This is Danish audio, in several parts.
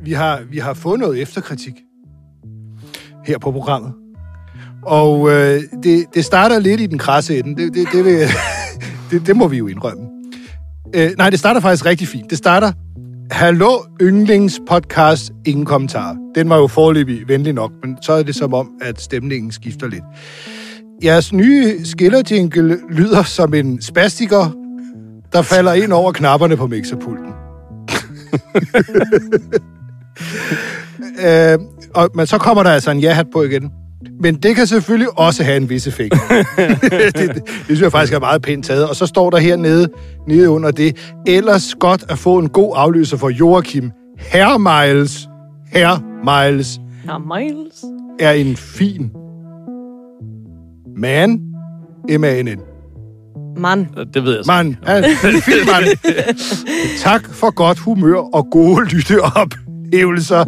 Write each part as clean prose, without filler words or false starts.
Vi har fået noget efterkritik her på programmet. Og det starter lidt i den krasse ende. Det må vi jo indrømme. Nej, det starter faktisk rigtig fint. Det starter, hallo yndlingspodcast, ingen kommentarer. Den var jo foreløbig venlig nok, men så er det som om, at stemningen skifter lidt. Jeres nye skillerjingle lyder som en spastiker, der falder ind over knapperne på mixerpulten. Men så kommer der altså en ja-hat på igen. Men det kan selvfølgelig også have en vis effekt. det synes jeg faktisk er meget pænt taget. Og så står der hernede nede under det, ellers godt at få en god afløser for Joachim. Herr Miles er en fin man. M-A-N-N. Man. Det ved jeg så. Man. Han er en fin mand. Tak for godt humør og gode lytteoplevelser.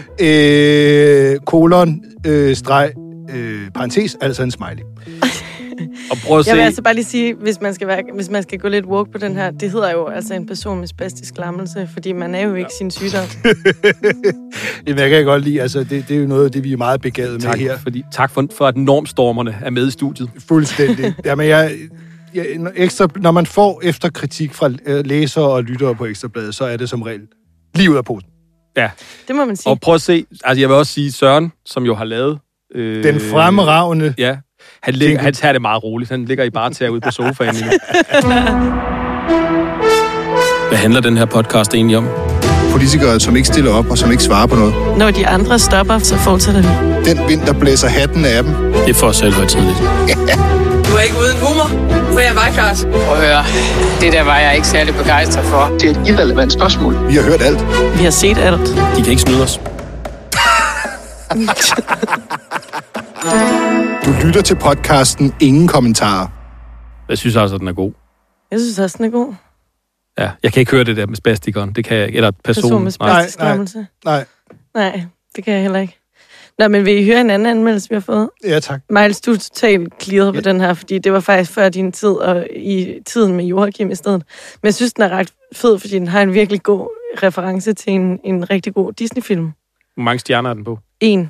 Streg, parentes, altså en smiley. Og prøv at se. Jeg vil altså bare lige sige, hvis man skal gå lidt woke på den her, det hedder jo altså en person med spastisk lammelse, fordi man er jo ikke sin sygdom. Jamen, jeg kan godt lide, altså det er jo noget af det, vi er meget begavet med her. Tak for, at normstormerne er med i studiet. Fuldstændig. Jamen, når man får efterkritik fra læsere og lyttere på Ekstrabladet, så er det som regel lige ud af posen. Ja. Det må man sige. Og prøv at se, altså jeg vil også sige, Søren, som jo har lavet... den fremragende... Ja, han tager det meget roligt. Han ligger i bare til ude på sofaen nu. Hvad handler den her podcast egentlig om? Politikere, som ikke stiller op og som ikke svarer på noget. Når de andre stopper, så fortsætter vi. Den vind, der blæser hatten af dem. Det er for os selv højtidligt. Du er ikke uden humor, for jeg var klart. Prøv at høre, det der var jeg ikke særlig begejstret for. Det er et irrelevant spørgsmål. Vi har hørt alt. Vi har set alt. De kan ikke snyde os. Du lytter til podcasten Ingen Kommentarer. Jeg synes altså, den er god. Jeg synes også, den er god. Ja, jeg kan ikke høre det der med spastikeren. Det kan jeg ikke. Eller person med spastisk lammelse. Nej, det kan jeg heller ikke. Nå, men vil I høre en anden anmeldelse, vi har fået? Ja, tak. Miles, du er totalt clearet på den her, fordi det var faktisk før din tid, og i tiden med Joachim i stedet. Men jeg synes, den er ret fed, fordi den har en virkelig god reference til en rigtig god Disney-film. Hvor mange stjerner er den på? 1.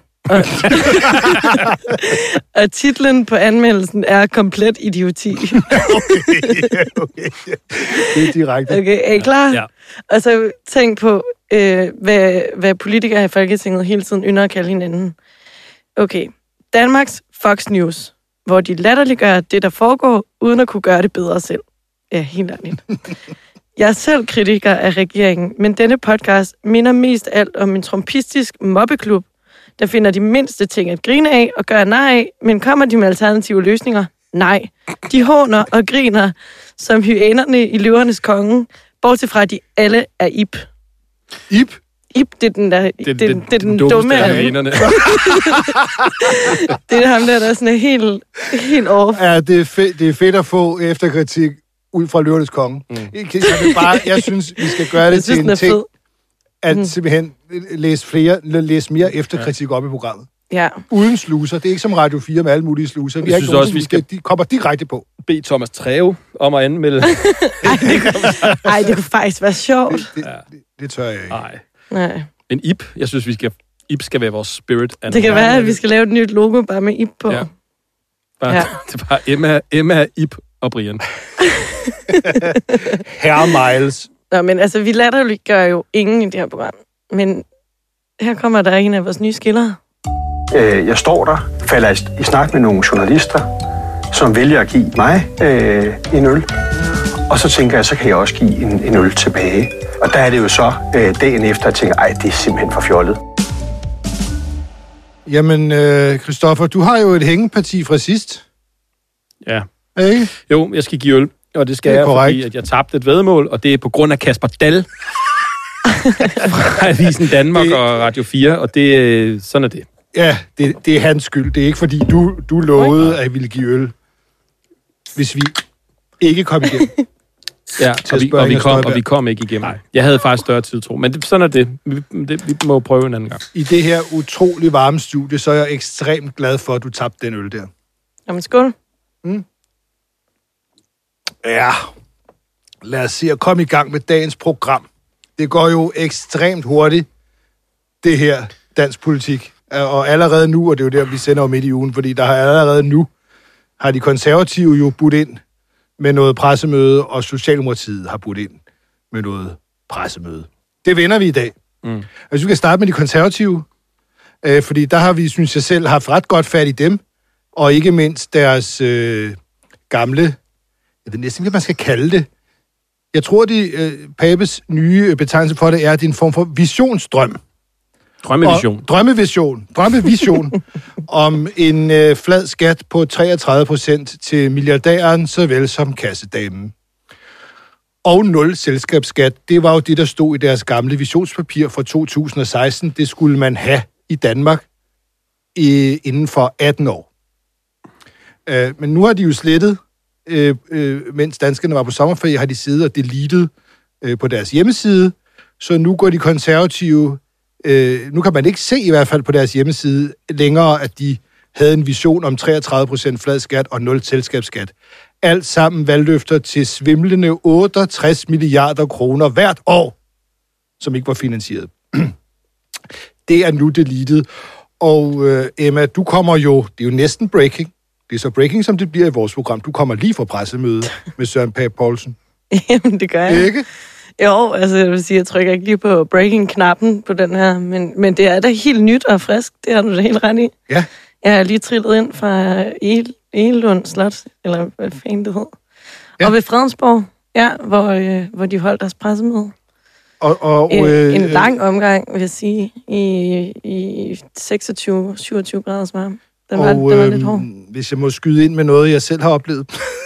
Og titlen på anmeldelsen er Komplet idioti. Okay. Det er direkte. Okay, er I klar? Ja. Og så tænk på, hvad politikere i Folketinget hele tiden ynder at kalde hinanden. Okay, Danmarks Fox News, hvor de latterliggør det, der foregår, uden at kunne gøre det bedre selv. Ja, helt ærligt. Jeg er selv kritiker af regeringen, men denne podcast minder mest alt om en trumpistisk mobbeklub, der finder de mindste ting at grine af og gøre nej af, men kommer de med alternative løsninger? Nej. De håner og griner som hyænerne i Løvernes Konge, bortset fra, at de alle er Ib. Ib? Ib, det er den der... Det er den dumme af hyænerne. Det er ham der er sådan helt off. Ja, det er fedt at få efterkritik ud fra Løvernes Konge. Jeg synes, vi skal gøre det til en ting, at simpelthen læse mere efterkritik op i programmet. Ja. Uden sluser. Det er ikke som Radio 4 med alle mulige sluser. Vi synes også, de kommer direkte på. Bed Thomas Treve om at anmelde. Ej, det kunne faktisk være sjovt. Det tør jeg ikke. Nej. En Ib. Jeg synes, Ib skal være vores spirit. Det kan være, at vi skal lave et nyt logo bare med Ib på. Ja. Det er bare Emma, Ib og Brian. Herr Miles. Nå, men altså, vi latterliggør jo ingen i det her program. Men her kommer der en af vores nye skillere. Jeg står der, falder i snak med nogle journalister, som vælger at give mig en øl. Og så tænker jeg, så kan jeg også give en øl tilbage. Og der er det jo så dagen efter, at jeg tænker, ej, det er simpelthen for fjollet. Jamen, Christoffer, du har jo et hængeparti fra sidst. Ja. Ikke? Jo, jeg skal give øl, og det skal jeg, fordi at jeg tabte et væddemål, og det er på grund af Kasper Dahl fra Avisen Danmark og Radio 4, og det sådan er det. Ja, det er hans skyld. Det er ikke, fordi du lovede, at I ville give øl, hvis vi ikke kom igennem. Ja, og vi kom ikke igennem. Nej. Jeg havde faktisk større tiltro, men sådan er det. Vi må prøve en anden gang. I det her utrolig varme studie, så er jeg ekstremt glad for, at du tabte den øl der. Jamen, skål. Ja, lad os se at komme i gang med dagens program. Det går jo ekstremt hurtigt det her dansk politik. Og allerede nu, og det er jo der, vi sender midt i ugen, fordi der har allerede nu, har de konservative jo budt ind med noget pressemøde, og Socialdemokratiet har budt ind med noget pressemøde. Det vender vi i dag. Altså, vi kan starte med de konservative, fordi der har vi, synes jeg selv, haft ret godt fat i dem, og ikke mindst deres gamle, jeg ved næsten ikke, hvad man skal kalde det. Jeg tror, Papes nye betegnelse for det er, at det er en form for visionsdrøm. Drømmevision om en flad skat på 33% til milliardæren, såvel som kassedamen. Og 0 selskabsskat, det var jo det, der stod i deres gamle visionspapir fra 2016. Det skulle man have i Danmark inden for 18 år. Men nu har de jo slettet, mens danskerne var på sommerferie, har de siddet og deletet på deres hjemmeside, så nu går de konservative. Nu kan man ikke se i hvert fald på deres hjemmeside længere, at de havde en vision om 33% flad skat og 0 selskabsskat. Alt sammen valgløfter til svimlende 68 milliarder kroner hvert år, som ikke var finansieret. Det er nu deleted. Og Emma, du kommer jo, det er jo næsten breaking. Det er så breaking, som det bliver i vores program. Du kommer lige fra pressemøde med Søren Pape Poulsen. Jamen, det gør jeg. Ikke? Jo, altså jeg vil sige, jeg trykker ikke lige på breaking-knappen på den her, men det er da helt nyt og frisk, det har du da helt ret i. Ja. Jeg er lige trillet ind fra Egelund Slot, eller hvad fanden det hed. Ja. Og ved Fredensborg, ja, hvor de holdt deres pressemøde. En lang omgang, vil jeg sige, i 26-27 graders varme. Den var lidt hård. Hvis jeg må skyde ind med noget, jeg selv har oplevet.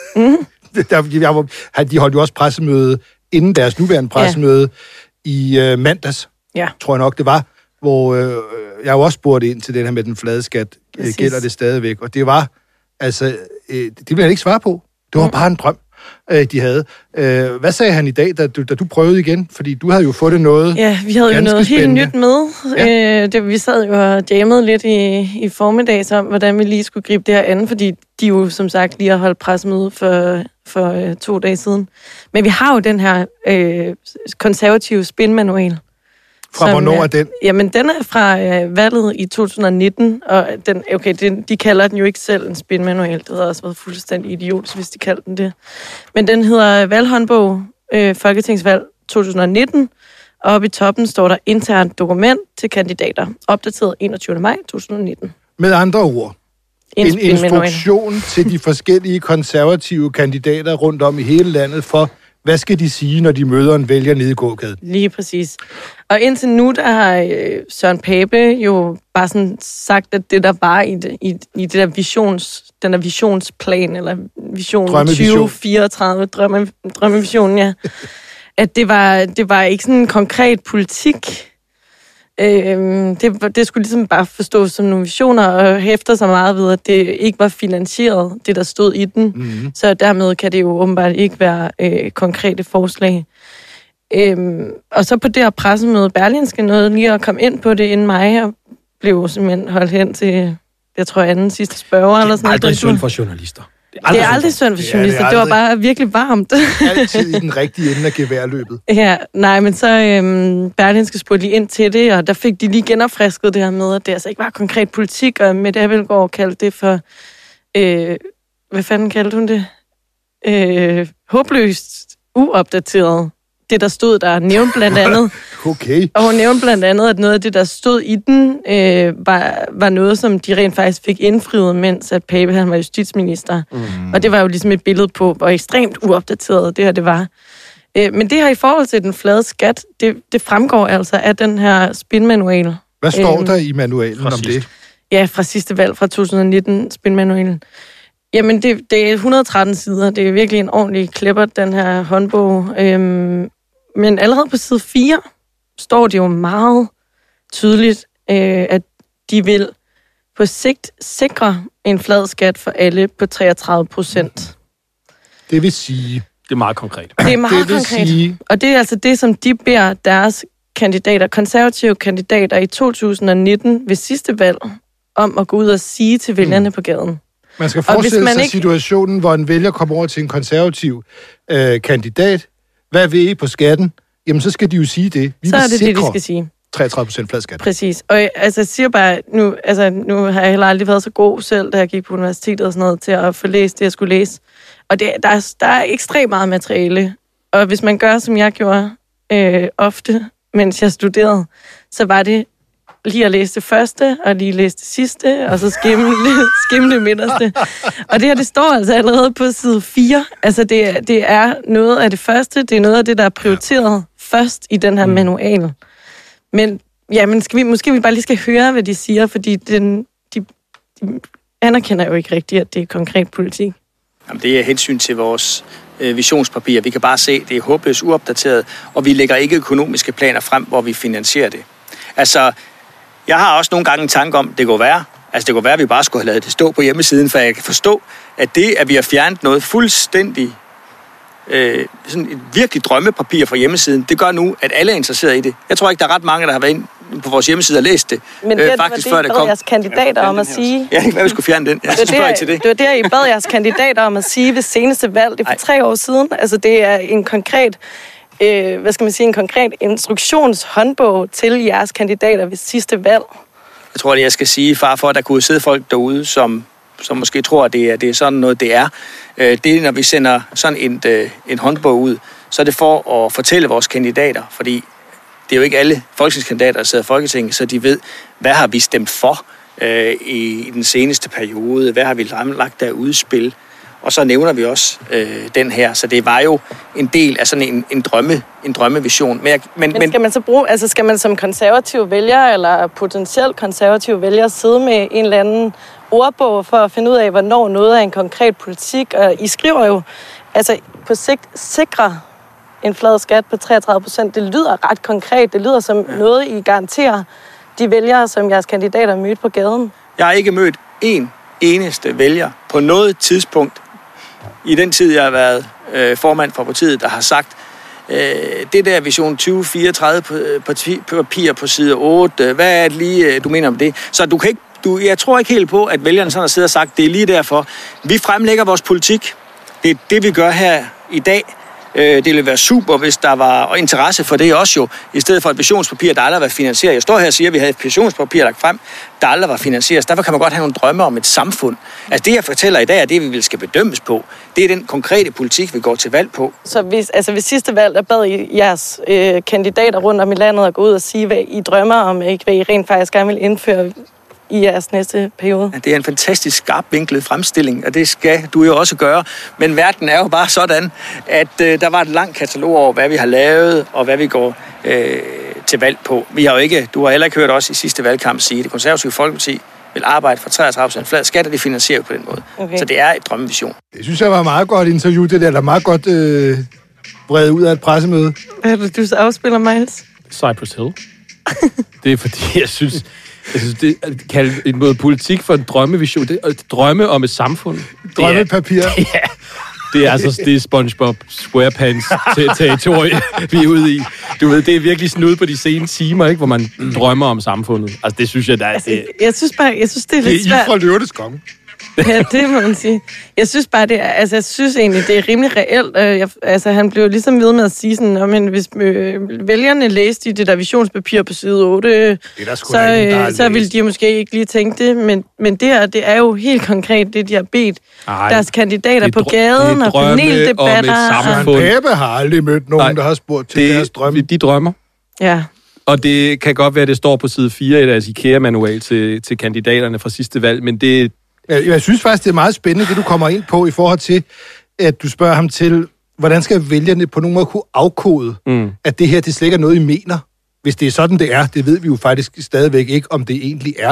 De holdt jo også pressemøde inden deres nuværende pressemøde i mandags, tror jeg nok det var, hvor jeg jo også spurgte ind til den her med den flade skat, gælder det stadigvæk, og det var, altså, det ville han ikke svare på. Det var bare en drøm, de havde. Hvad sagde han i dag, da du prøvede igen? Fordi du havde jo fået noget. Ja, vi havde jo noget helt nyt med. Ja. Vi sad jo og jammede lidt i formiddags om, hvordan vi lige skulle gribe det her an, fordi de jo som sagt lige har holdt pressemøde for 2 dage siden. Men vi har jo den her konservative spinmanual. Fra hvornår er den? Jamen, den er fra valget i 2019, og de kalder den jo ikke selv en spinmanual. Det havde også været fuldstændig idiotisk, hvis de kaldte den det. Men den hedder Valghåndbog, Folketingsvalg 2019, og oppe i toppen står der internt dokument til kandidater, opdateret 21. maj 2019. Med andre ord, en instruktion til de forskellige konservative kandidater rundt om i hele landet for, hvad skal de sige, når de møder en vælger nede i gågaden? Lige præcis. Og indtil nu, der har Søren Pape jo bare sådan sagt, at det der var i det der den der visionsplan, eller vision 2034, drømmevisionen, ja. At det var ikke sådan en konkret politik. Det skulle ligesom bare forstås som nogle visioner, og hæfter sig meget ved, at det ikke var finansieret, det der stod i den. Mm-hmm. Så dermed kan det jo åbenbart ikke være konkrete forslag. Og så på det her pressemøde, Berlingske nåede lige at komme ind på det inden mig, og blev simpelthen holdt hen til, jeg tror, anden sidste spørger. Eller sådan noget. Det er aldrig synd for journalister. Det er aldrig synd for journalister. Det var bare virkelig varmt. Altid i den rigtige ende af geværløbet. Ja, nej, men så Berlingske spurgte lige ind til det, og der fik de lige genopfrisket det her med, at det altså ikke var konkret politik, og Mette Abildgaard kaldte det for, hvad fanden kaldte hun det? Håbløst uopdateret. Det, der stod der, nævnte blandt andet. Okay. Og hun nævnte blandt andet, at noget af det, der stod i den, var noget, som de rent faktisk fik indfriet, mens at Pape han var justitsminister. Mm. Og det var jo ligesom et billede på, hvor ekstremt uopdateret det her det var. Men det her i forhold til den flade skat, det fremgår altså af den her spinmanual. Hvad står der i manualen om det? Ja, fra sidste valg, fra 2019, spinmanualen. Jamen, det er 113 sider. Det er virkelig en ordentlig klipper, den her håndbog. Men allerede på side 4 står det jo meget tydeligt, at de vil på sigt sikre en flad skat for alle på 33%. Det vil sige... Det er meget konkret. Det er meget konkret. Sige... Og det er altså det, som de beder deres kandidater, konservative kandidater i 2019 ved sidste valg, om at gå ud og sige til vælgerne på gaden. Man skal forestille sig situationen, hvor en vælger kommer over til en konservativ kandidat. Hvad vil I på skatten? Jamen, så skal de jo sige det. Så er det det, de skal sige. 33% flad skat. Præcis. Og altså, jeg siger bare, nu har jeg heller aldrig været så god selv, da jeg gik på universitetet og sådan noget, til at få læst det, jeg skulle læse. Og der er ekstremt meget materiale. Og hvis man gør, som jeg gjorde ofte, mens jeg studerede, så var det lige at læse det første, og lige læse det sidste, og så skimme det midterste. Og det her, det står altså allerede på side 4. Altså, det er noget af det første, det er noget af det, der er prioriteret først i den her manual. Men måske vi bare lige skal høre, hvad de siger, fordi de anerkender jo ikke rigtigt, at det er konkret politik. Jamen, det er hensyn til vores visionspapir. Vi kan bare se, det er håbløst uopdateret, og vi lægger ikke økonomiske planer frem, hvor vi finansierer det. Altså, jeg har også nogle gange en tanke om, det kunne være, at vi bare skulle have lavet det stå på hjemmesiden, for jeg kan forstå, at det, at vi har fjernet noget fuldstændig, sådan et virkelig drømmepapir fra hjemmesiden, det gør nu, at alle er interesseret i det. Jeg tror ikke, der er ret mange, der har været inde på vores hjemmeside og læst det. Men det var det, jeres kandidater om at sige. Ja, hvad vi skulle fjerne den. Det var det, I bad jeres kandidater om at sige ved seneste valg. Det er for 3 år siden. Altså, det er en konkret en konkret instruktionshåndbog til jeres kandidater ved sidste valg. Jeg tror, at jeg skal sige, far for, at der kunne sidde folk derude, som måske tror, at det er sådan noget, det er. Det er, når vi sender sådan en håndbog ud, så er det for at fortælle vores kandidater, fordi det er jo ikke alle folketingskandidater, der sidder i Folketinget, så de ved, hvad har vi stemt for i den seneste periode, hvad har vi lagt der udspil, og så nævner vi også den her, så det var jo en del af sådan en drømmevision. Men skal man så skal man som konservativ vælger, eller potentielt konservativ vælger, sidde med en eller anden ordbog for at finde ud af, hvornår noget er en konkret politik, og I skriver jo, altså på sigt sikre en flad skat på 33%. Det lyder ret konkret. Det lyder som noget, I garanterer de vælgere, som jeres kandidater mødte på gaden. Jeg har ikke mødt en eneste vælger på noget tidspunkt i den tid, jeg har været formand for partiet, der har sagt, det der Vision 2034 papir på side 8, hvad er det lige, du mener om det? Så du kan ikke, jeg tror ikke helt på, at vælgerne sådan har siddet og sagt, det er lige derfor. Vi fremlægger vores politik. Det er det, vi gør her i dag. Det ville være super, hvis der var interesse for det også jo, i stedet for et visionspapir, der aldrig var finansieret. Jeg står her og siger, at vi havde et visionspapir lagt frem, der aldrig var finansieret. Derfor kan man godt have nogle drømme om et samfund. Altså det, jeg fortæller i dag, er det, vi skal bedømmes på. Det er den konkrete politik, vi går til valg på. Så hvis sidste valg, der bad I jeres kandidater rundt om i landet at gå ud og sige, hvad I drømmer om, ikke hvad I rent faktisk gerne vil indføre i jeres næste periode? Ja, det er en fantastisk skarpvinklet fremstilling, og det skal du jo også gøre. Men verden er jo bare sådan, at der var et langt katalog over, hvad vi har lavet, og hvad vi går til valg på. Vi har jo ikke, du har heller ikke hørt os i sidste valgkamp sige, at Det Konservative Folkeparti vil arbejde for 33% flad skat, og det finansierer på den måde. Okay. Så det er et drømmevision. Det synes jeg var meget godt interview, det der meget godt bredt ud af et pressemøde. Hvad er det, du afspiller, Miles? Cypress Hill. Det er fordi, jeg synes det at kalde en politik for en drømmevision. Det er drømme om et samfund. Drømmepapir. Ja, det er altså det SpongeBob SquarePants territorie, vi er ude i. Du ved, det er virkelig sådan ude på de sene timer, ikke, hvor man drømmer om samfundet. Altså, det synes jeg, der er... Altså, jeg synes det er lidt svært. Det er I fra Løvenes Konge. Ja, det må man sige. Jeg synes bare, jeg synes egentlig, det er rimelig reelt. Han blev ligesom ved med at sige sådan, men hvis vælgerne læste i det der visionspapir på side 8, så ville de måske ikke lige tænke det, men det er jo helt konkret det, de har bedt deres kandidater på gaden og paneldebatter. Pape har aldrig mødt nogen, der har spurgt til deres drømme. De drømmer. Ja. Og det kan godt være, at det står på side 4 i deres IKEA-manual til kandidaterne fra sidste valg, men det... Jeg synes faktisk, det er meget spændende, det du kommer ind på, i forhold til, at du spørger ham til, hvordan skal vælgerne på nogen måde kunne afkode, at det her, det slet ikke er noget, I mener. Hvis det er sådan, det er, det ved vi jo faktisk stadigvæk ikke, om det egentlig er.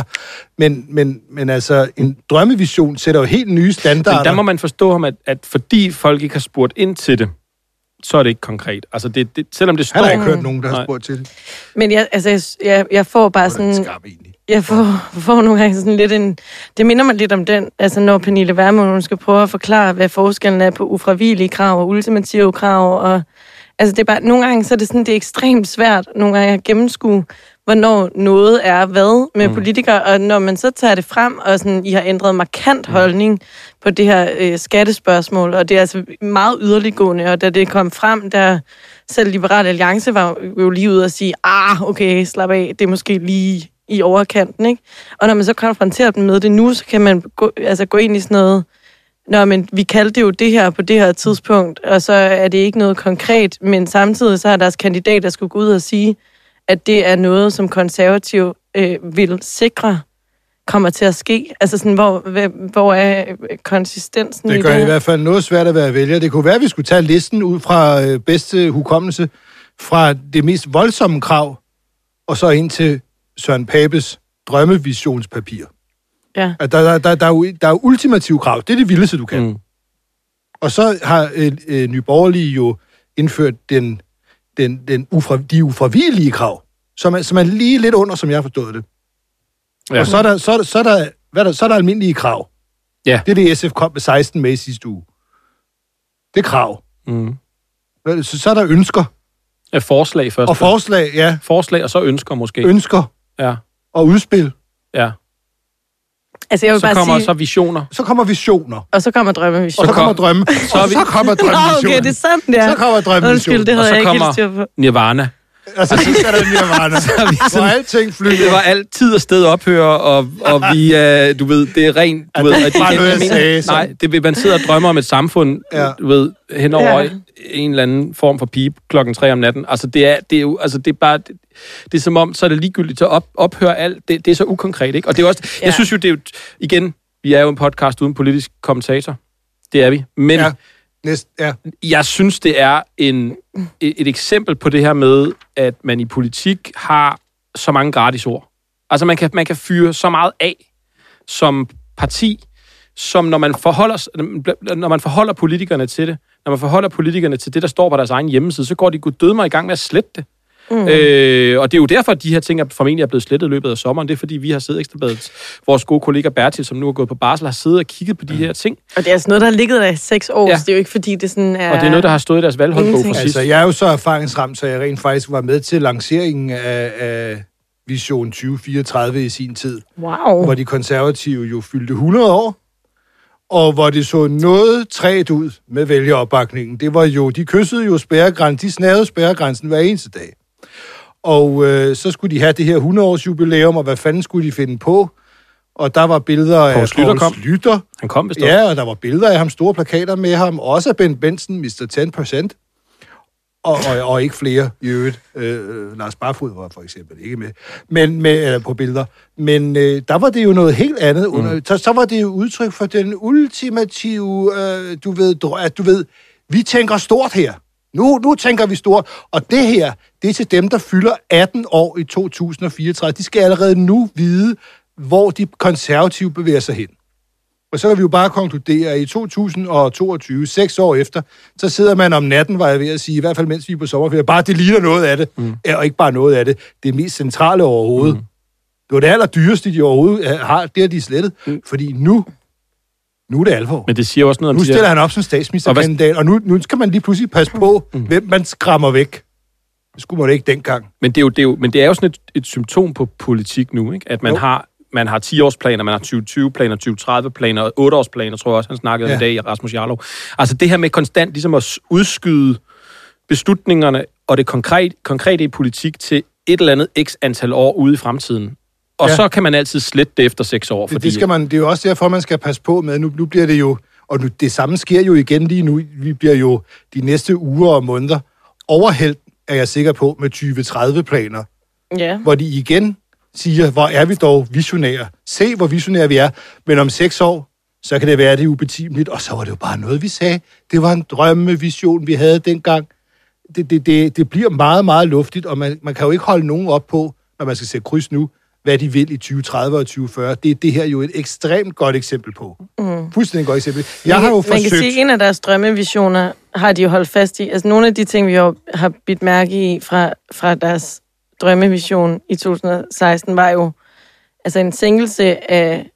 Men altså, en drømmevision sætter jo helt nye standarder. Men der må man forstå ham, at fordi folk ikke har spurgt ind til det, så er det ikke konkret. Altså, selvom det står... Han har ikke hørt nogen, der har spurgt til det. Men jeg får bare sådan... Jeg får nogle gange sådan lidt det minder mig lidt om den, altså når Pernille Vermund, hun skal prøve at forklare, hvad forskellen er på ufravigelige krav og ultimative krav, og altså det er bare, nogle gange så er det sådan, det er ekstremt svært nogle gange at gennemskue, hvornår noget er hvad med politikere, og når man så tager det frem, og sådan, I har ændret markant holdning på det her skattespørgsmål, og det er altså meget yderliggående, og da det kom frem, der selv Liberal Alliance var jo lige ude og sige, okay, slap af, det er måske lige i overkanten, ikke? Og når man så konfronterer dem med det nu, så kan man gå ind i sådan noget, men vi kaldte jo det her på det her tidspunkt, og så er det ikke noget konkret, men samtidig så er deres kandidat, der skulle gå ud og sige, at det er noget, som konservativ vil sikre kommer til at ske. Altså sådan, hvor er konsistensen i det? Det gør i hvert fald noget svært at være vælger. Det kunne være, at vi skulle tage listen ud fra bedste hukommelse fra det mest voldsomme krav, og så ind til Søren Papes drømmevisionspapir. Ja. At der er ultimative krav. Det er det vildeste, du kan. Og så har Nye Borgerlige jo indført de ufravigelige krav, som er lige lidt under, som jeg har forstået det. Ja. Og så er der almindelige krav. Ja. Det er det, SF kom med 16 med i sidste uge. Det er krav. Så er der ønsker. Ja, forslag først. Og forslag, ja. Forslag, og så ønsker måske. Ønsker. Ja. Og udspil. Ja. Altså, jeg vil så bare kommer sige... så visioner. Så kommer visioner. Og så kommer drømmevisioner. Og så kommer drømmevisioner. Okay, det er sandt, ja. Så kommer drømmevisioner. Undskyld, det havde jeg ikke helt styr på. Nirvana. Altså, så er der Nirvana. Hvor alting flyver. Det var alt tid og sted ophøre, og vi, du ved, det er rent... Du ved, det er bare noget, jeg sagde. Nej, det vil man sidder og drømmer om et samfund, du ved, henover en eller anden form for pip 3:00 om natten. Altså, det er jo, altså, det er bare... Det er som om, så er det ligegyldigt til at ophøre alt. Det er så ukonkret, ikke? Og det er også... Jeg synes jo, det er jo... Igen, vi er jo en podcast uden politisk kommentator. Det er vi. Men... Jeg synes, det er et eksempel på det her med, at man i politik har så mange gratis ord. Altså, man kan fyre så meget af som parti, som når man forholder politikerne til det, når man forholder politikerne til det, der står på deres egen hjemmeside, så går de guddød mig i gang med at slette det. Og det er jo derfor, at de her ting formentlig er blevet slettet i løbet af sommeren. Det er, fordi vi har siddet Ekstrabladet. Vores gode kollega Bertil, som nu er gået på barsel, har siddet og kigget på de her ting. Og det er altså noget, der har ligget der i 6 år, så det er jo ikke, fordi det sådan er... Og det er noget, der har stået i deres valghåndbog for sidst. Altså, jeg er jo så erfaringsramt, så jeg rent faktisk var med til lanceringen af Vision 2034 i sin tid. Wow. Hvor de konservative jo fyldte 100 år. Og hvor det så noget træt ud med vælgeropbakningen. Det var jo, de kyssede jo spærregrænsen, de snavede spærregrænsen hver eneste dag. Og så skulle de have det her 100-års jubilæum, og hvad fanden skulle de finde på? Og der var billeder af Poul Schlüter. Han kom vist. Ja, og der var billeder af ham, store plakater med ham. Også af Bent Benson, Mr. 10%. Og ikke flere i øvrigt. Lars Barfod var for eksempel ikke med på billeder. Men der var det jo noget helt andet. Så var det jo udtryk for den ultimative, du ved, vi tænker stort her. Nu tænker vi stort, og det her, det er til dem, der fylder 18 år i 2034. De skal allerede nu vide, hvor de konservative bevæger sig hen. Og så kan vi jo bare konkludere, at i 2022, 6 år efter, så sidder man om natten, var jeg ved at sige, i hvert fald mens vi er på sommerferie, bare det ligner noget af det, og ikke bare noget af det. Det er mest centrale overhovedet. Det var det allerdyreste, de overhovedet har, det har de slettet, fordi nu er det alvor. Men det siger også noget om... Nu stiller han op som statsministerkandidat, og nu skal man lige pludselig passe på, hvem man skræmmer væk. Det skulle man ikke dengang. Men det er jo sådan et symptom på politik nu, ikke? At man har 10-årsplaner, man har 2020-planer, 2030-planer, 8-årsplaner, tror jeg også, han snakkede om i dag i Rasmus Jarlov. Altså det her med konstant ligesom at udskyde beslutningerne og det konkrete i politik til et eller andet x antal år ude i fremtiden. Og så kan man altid slette det efter 6 år. Fordi... Det er jo også derfor, man skal passe på med. Nu bliver det jo... Og det samme sker jo igen lige nu. Vi bliver jo de næste uger og måneder overhældt, er jeg sikker på, med 2030-planer. Ja. Hvor de igen siger, hvor er vi dog visionære. Se, hvor visionære vi er. Men om 6 år, så kan det være, det ubetimeligt. Og så var det jo bare noget, vi sagde. Det var en drømmevision, vi havde dengang. Det bliver meget, meget luftigt, og man kan jo ikke holde nogen op på, når man skal sætte kryds nu, hvad de vil i 2030 og 2040. Det er det her jo et ekstremt godt eksempel på. Fuldstændig godt eksempel. Jeg har jo forsøgt... Man kan sige, at en af deres drømmevisioner har de jo holdt fast i. Altså nogle af de ting, vi jo har bidt mærke i fra deres drømmevision i 2016, var jo altså en sænkelse af...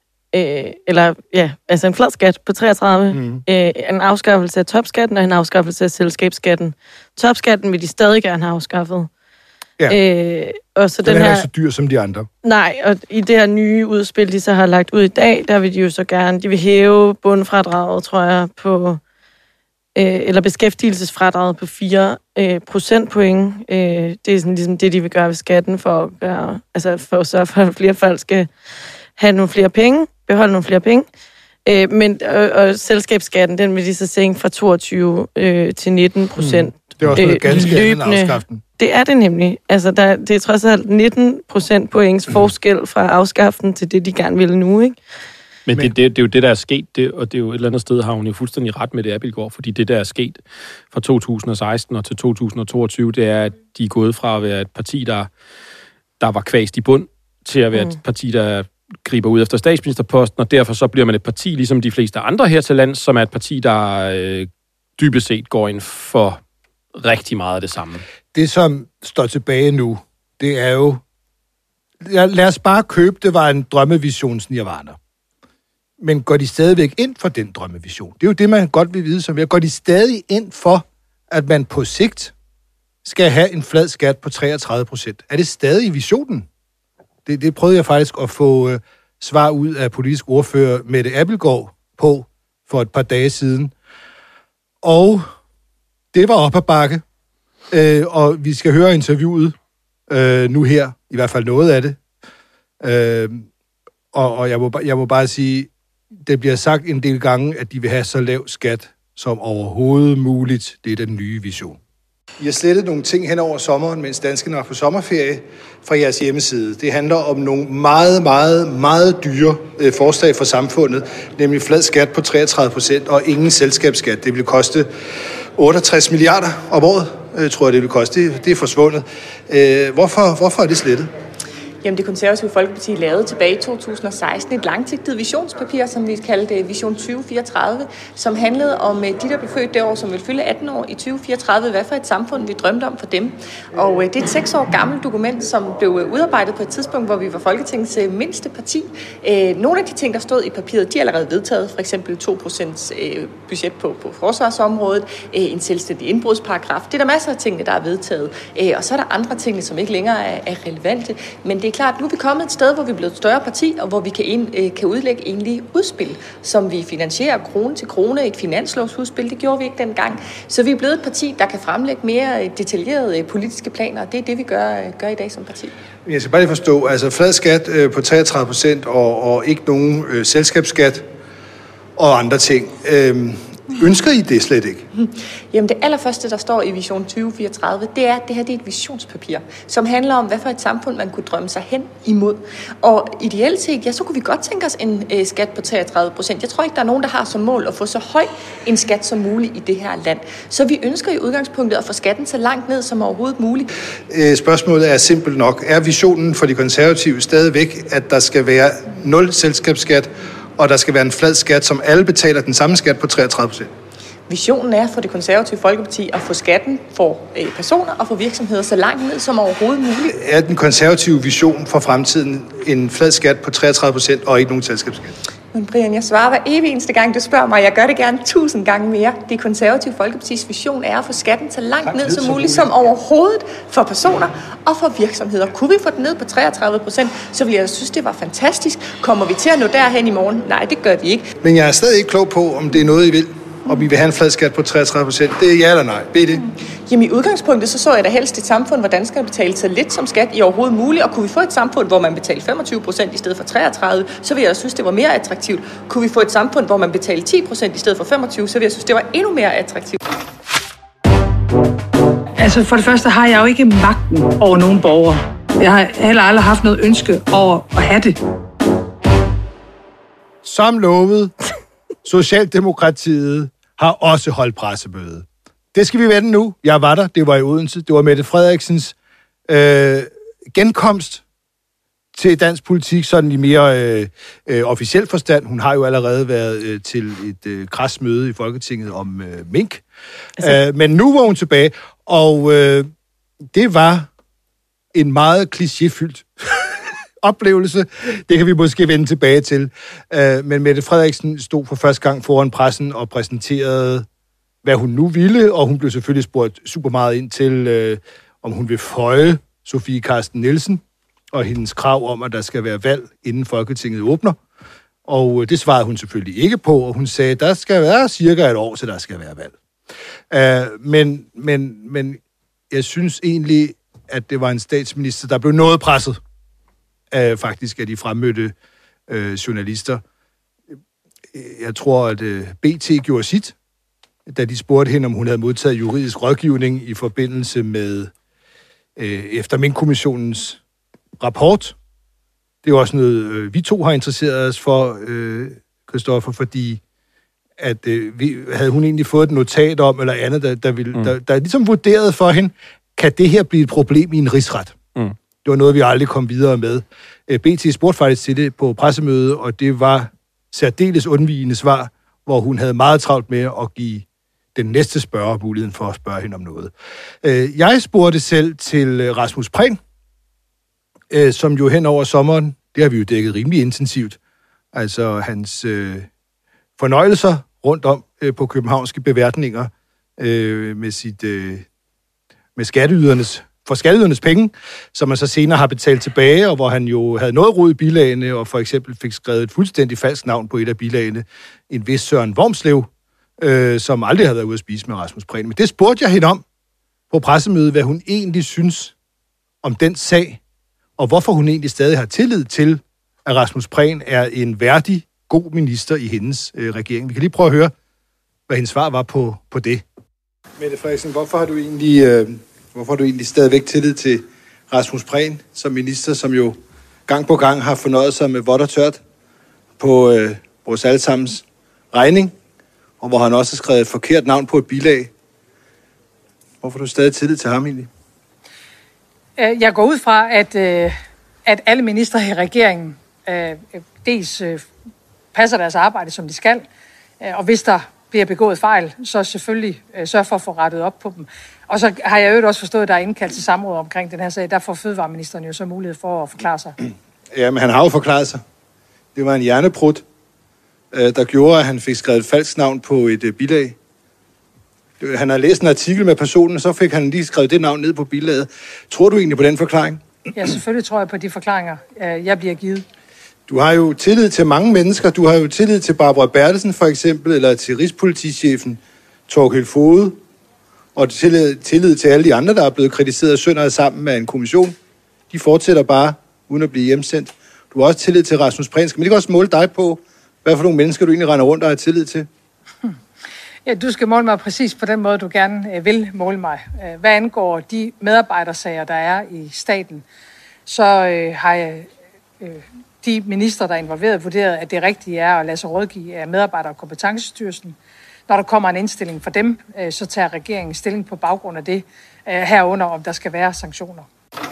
altså en flad skat på 33, en afskaffelse af topskatten og en afskaffelse af selskabsskatten. Topskatten vil de stadig gerne have afskaffet. Ja. Og så den er her ikke så dyr som de andre. Nej, og i det her nye udspil, de så har lagt ud i dag, der vil de jo så gerne, de vil hæve bundfradraget, tror jeg, på, eller beskæftigelsesfradraget på 4 procentpoint. Det er sådan ligesom det, de vil gøre ved skatten, for at sørge for, at flere folk skal have nogle flere penge, beholde nogle flere penge. Men selskabsskatten, den vil de så sænke fra 22 til 19%. Det er også noget ganske andet afskaften. Det er det nemlig. Altså, det er trods alt 19% points forskel fra afskaften til det, de gerne vil nu, ikke? Men det er jo det, der er sket, og det er jo et eller andet sted, har hun jo fuldstændig ret med det, Abildgaard, fordi det, der er sket fra 2016 og til 2022, det er, at de er gået fra at være et parti, der var kvæst i bund, til at være et parti, der griber ud efter statsministerposten, og derfor så bliver man et parti, ligesom de fleste andre her til lands, som er et parti, der dybest set går ind for rigtig meget af det samme. Det, som står tilbage nu, det er jo... Lad os bare købe, det var en drømmevisions nirvana. Men går de stadigvæk ind for den drømmevision? Det er jo det, man godt vil vide som jeg. Går de stadig ind for, at man på sigt skal have en flad skat på 33%? Er det stadig visionen? Det prøvede jeg faktisk at få svar ud af politisk ordfører Mette Abildgaard på for et par dage siden. Og det var op ad bakke. Og vi skal høre interviewet nu her, i hvert fald noget af det. Og jeg må bare sige, det bliver sagt en del gange, at de vil have så lav skat som overhovedet muligt. Det er den nye vision. I har slettet nogle ting hen over sommeren, mens danskerne var på sommerferie fra jeres hjemmeside. Det handler om nogle meget, meget, meget dyre forslag for samfundet, nemlig flad skat på 33% og ingen selskabsskat. Det vil koste 68 milliarder om året, tror jeg, det vil koste. Det er forsvundet. Hvorfor er det slettet? Jamen, det Konservative Folkeparti lavede tilbage i 2016 et langsigtet visionspapir, som vi kaldte Vision 2034, som handlede om de, der blev født det år, som vil fylde 18 år i 2034. Hvad for et samfund vi drømte om for dem. Og det er et 6 år gammelt dokument, som blev udarbejdet på et tidspunkt, hvor vi var Folketingets mindste parti. Nogle af de ting, der stod i papiret, de er allerede vedtaget. For eksempel 2% budget på forsvarsområdet, en selvstændig indbrudsparagraf. Det er der masser af tingene, der er vedtaget. Og så er der andre ting, som ikke længere er relevante. Men det er klart, nu er vi kommet et sted, hvor vi er blevet et større parti, og hvor vi kan udlægge egentlig udspil, som vi finansierer krone til krone, et finanslovsudspil. Det gjorde vi ikke dengang. Så vi er blevet et parti, der kan fremlægge mere detaljerede politiske planer, og det er det, vi gør i dag som parti. Jeg skal bare lige forstå, altså flad skat på 33% og ikke nogen selskabsskat og andre ting. Ønsker I det slet ikke? Jamen det allerførste, der står i Vision 2034, det er, at det her det er et visionspapir, som handler om, hvad for et samfund man kunne drømme sig hen imod. Og ideelt set, ja, så kunne vi godt tænke os en skat på 33%. Jeg tror ikke, der er nogen, der har som mål at få så høj en skat som muligt i det her land. Så vi ønsker i udgangspunktet at få skatten så langt ned som overhovedet muligt. Spørgsmålet er simpelt nok. Er visionen for de konservative stadigvæk, at der skal være 0 selskabsskat, og der skal være en flad skat, som alle betaler den samme skat på 33%? Visionen er for det Konservative Folkeparti at få skatten for personer og for virksomheder så langt ned som overhovedet muligt. Er den konservative vision for fremtiden en flad skat på 33% og ikke nogen selskabsskat? Men Brian, jeg svarer hver evig eneste gang, du spørger mig. Jeg gør det gerne 1000 gange mere. Det Konservative Folkepartis vision er at få skatten så langt ned som muligt som overhovedet for personer og for virksomheder. Kunne vi få den ned på 33%, så ville jeg synes, det var fantastisk. Kommer vi til at nå derhen i morgen? Nej, det gør vi ikke. Men jeg er stadig ikke klog på, om det er noget, I vil. Og vi vil have en flad skat på 33%. Det er ja eller nej? Ved det? Jamen i udgangspunktet, så jeg da helst et samfund, hvor danskerne betaler så lidt som skat i overhovedet muligt. Og kunne vi få et samfund, hvor man betaler 25% i stedet for 33%, så ville jeg synes, det var mere attraktivt. Kunne vi få et samfund, hvor man betaler 10% i stedet for 25%, så ville jeg synes, det var endnu mere attraktivt. Altså for det første har jeg jo ikke magten over nogen borgere. Jeg har heller aldrig haft noget ønske over at have det. Som lovet, Socialdemokratiet har også holdt pressemøde. Det skal vi vende nu. Jeg var der. Det var i Odense. Det var Mette Frederiksens genkomst til dansk politik, sådan i mere officiel forstand. Hun har jo allerede været til et kras møde i Folketinget om mink. Men nu var hun tilbage, og det var en meget klichéfyldt oplevelse. Det kan vi måske vende tilbage til. Men Mette Frederiksen stod for første gang foran pressen og præsenterede, hvad hun nu ville, og hun blev selvfølgelig spurgt super meget ind til, om hun vil føje Sofie Carsten Nielsen og hendes krav om, at der skal være valg, inden Folketinget åbner. Og det svarede hun selvfølgelig ikke på, og hun sagde, at der skal være cirka et år, så der skal være valg. Men jeg synes egentlig, at det var en statsminister, der blev noget presset faktisk af de fremmødte journalister. Jeg tror, at BT gjorde sit, da de spurgte hende, om hun havde modtaget juridisk rådgivning i forbindelse med efter Mink-kommissionens rapport. Det er også noget, vi to har interesseret os for, Christoffer, fordi at havde hun egentlig fået et notat om, eller andet, der ligesom vurderede for hende, kan det her blive et problem i en rigsret? Mm. Det var noget, vi aldrig kom videre med. BT spurgte faktisk til det på pressemøde, og det var særdeles undvigende svar, hvor hun havde meget travlt med at give den næste spørger muligheden for at spørge hende om noget. Jeg spurgte selv til Rasmus Prehn, som jo hen over sommeren, det har vi jo dækket rimelig intensivt, altså hans fornøjelser rundt om på københavnske beværtninger med skatteydernes penge, som man så senere har betalt tilbage, og hvor han jo havde noget rod i bilagene, og for eksempel fik skrevet et fuldstændig falsk navn på et af bilagene, en vis Søren Wormslev, som aldrig havde været ude at spise med Rasmus Prehn. Men det spurgte jeg hende om på pressemødet, hvad hun egentlig synes om den sag, og hvorfor hun egentlig stadig har tillid til, at Rasmus Prehn er en værdig, god minister i hendes regering. Vi kan lige prøve at høre, hvad hendes svar var på det. Mette Frederiksen, hvorfor har du egentlig stadigvæk tillid til Rasmus Prehn som minister, som jo gang på gang har fornøjet sig med vådt og tørt på vores allesammens regning, og hvor han også har skrevet et forkert navn på et bilag? Hvorfor har du stadig tillid til ham egentlig? Jeg går ud fra, at alle ministre i regeringen dels passer deres arbejde, som de skal, og hvis der bliver begået fejl, så selvfølgelig sørge for at få rettet op på dem. Og så har jeg jo også forstået, at der er indkaldt til samråd omkring den her sag. Der får fødevareministeren jo så mulighed for at forklare sig. Ja, men han har jo forklaret sig. Det var en hjerneprut, der gjorde, at han fik skrevet et falsk navn på et bilag. Han har læst en artikel med personen, så fik han lige skrevet det navn ned på bilaget. Tror du egentlig på den forklaring? Ja, selvfølgelig tror jeg på de forklaringer, jeg bliver givet. Du har jo tillid til mange mennesker. Du har jo tillid til Barbara Bertelsen for eksempel, eller til rigspolitichefen Thorkild Foged, og tillid til alle de andre, der er blevet kritiseret sønder sammen med en kommission. De fortsætter bare, uden at blive hjemsendt. Du har også tillid til Rasmus Prehn. Skal man ikke også måle dig på, hvad for nogle mennesker du egentlig render rundt og har tillid til? Ja, du skal måle mig præcis på den måde, du gerne vil måle mig. Hvad angår de medarbejdersager, der er i staten, så har jeg de ministre, der er involveret, vurderet, at det rigtige er at lade sig rådgive af medarbejder- og kompetencestyrelsen. Når der kommer en indstilling fra dem, så tager regeringen stilling på baggrund af det, herunder om der skal være sanktioner.